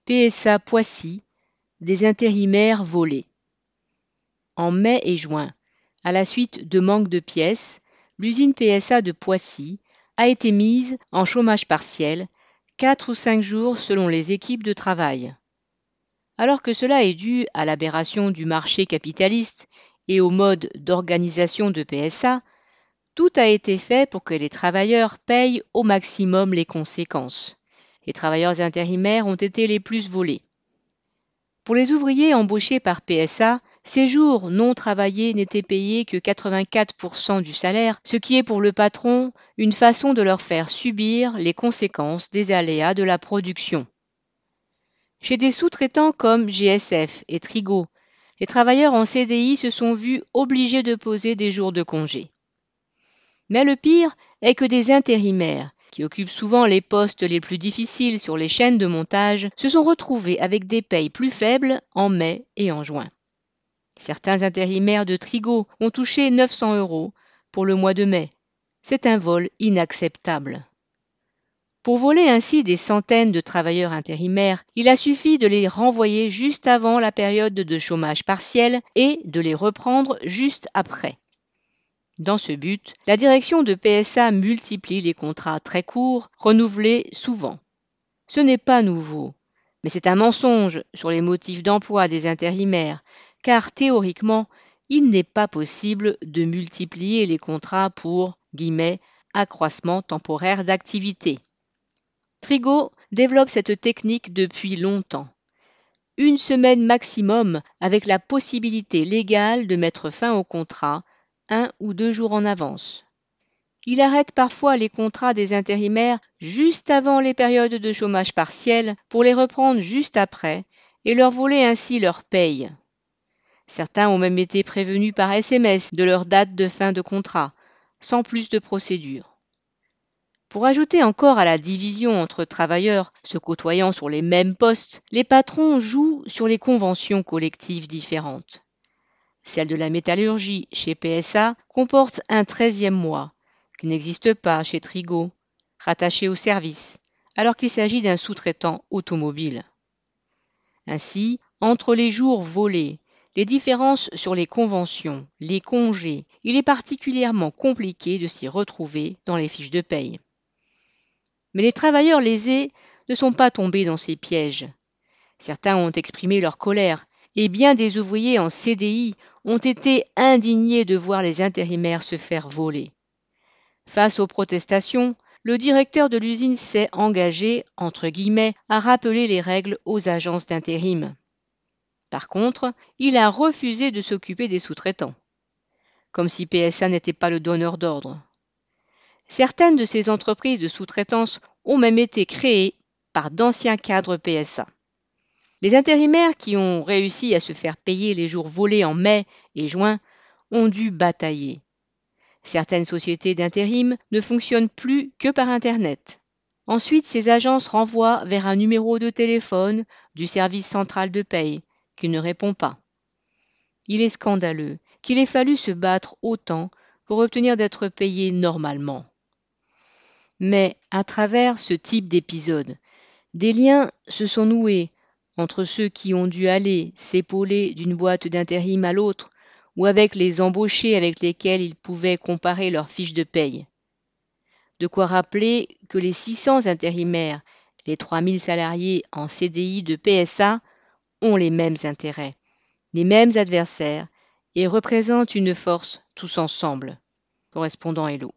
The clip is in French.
PSA Poissy, des intérimaires volés. En mai et juin, à la suite de manque de pièces, l'usine PSA de Poissy a été mise en chômage partiel, 4 ou 5 jours selon les équipes de travail. Alors que cela est dû à l'aberration du marché capitaliste et au mode d'organisation de PSA, tout a été fait pour que les travailleurs payent au maximum les conséquences. Les travailleurs intérimaires ont été les plus volés. Pour les ouvriers embauchés par PSA, ces jours non travaillés n'étaient payés que 84% du salaire, ce qui est pour le patron une façon de leur faire subir les conséquences des aléas de la production. Chez des sous-traitants comme GSF et Trigo, les travailleurs en CDI se sont vus obligés de poser des jours de congé. Mais le pire est que des intérimaires, qui occupent souvent les postes les plus difficiles sur les chaînes de montage, se sont retrouvés avec des payes plus faibles en mai et en juin. Certains intérimaires de Trigo ont touché 900 € pour le mois de mai. C'est un vol inacceptable. Pour voler ainsi des centaines de travailleurs intérimaires, il a suffi de les renvoyer juste avant la période de chômage partiel et de les reprendre juste après. Dans ce but, la direction de PSA multiplie les contrats très courts, renouvelés souvent. Ce n'est pas nouveau, mais c'est un mensonge sur les motifs d'emploi des intérimaires, car théoriquement, il n'est pas possible de multiplier les contrats pour « accroissement temporaire d'activité ». Trigo développe cette technique depuis longtemps. 1 semaine maximum avec la possibilité légale de mettre fin au contrat 1 ou 2 jours en avance. Il arrête parfois les contrats des intérimaires juste avant les périodes de chômage partiel pour les reprendre juste après et leur voler ainsi leur paye. Certains ont même été prévenus par SMS de leur date de fin de contrat, sans plus de procédure. Pour ajouter encore à la division entre travailleurs se côtoyant sur les mêmes postes, les patrons jouent sur les conventions collectives différentes. Celle de la métallurgie chez PSA comporte un 13e mois, qui n'existe pas chez Trigo, rattaché au service, alors qu'il s'agit d'un sous-traitant automobile. Ainsi, entre les jours volés, les différences sur les conventions, les congés, il est particulièrement compliqué de s'y retrouver dans les fiches de paye. Mais les travailleurs lésés ne sont pas tombés dans ces pièges. Certains ont exprimé leur colère, et bien des ouvriers en CDI ont été indignés de voir les intérimaires se faire voler. Face aux protestations, le directeur de l'usine s'est engagé, entre guillemets, à rappeler les règles aux agences d'intérim. Par contre, il a refusé de s'occuper des sous-traitants, comme si PSA n'était pas le donneur d'ordre. Certaines de ces entreprises de sous-traitance ont même été créées par d'anciens cadres PSA. Les intérimaires qui ont réussi à se faire payer les jours volés en mai et juin ont dû batailler. Certaines sociétés d'intérim ne fonctionnent plus que par Internet. Ensuite, ces agences renvoient vers un numéro de téléphone du service central de paye qui ne répond pas. Il est scandaleux qu'il ait fallu se battre autant pour obtenir d'être payé normalement. Mais à travers ce type d'épisode, des liens se sont noués entre ceux qui ont dû aller s'épauler d'une boîte d'intérim à l'autre ou avec les embauchés avec lesquels ils pouvaient comparer leurs fiches de paye. De quoi rappeler que les 600 intérimaires, les 3000 salariés en CDI de PSA ont les mêmes intérêts, les mêmes adversaires et représentent une force tous ensemble. Correspondant Hello.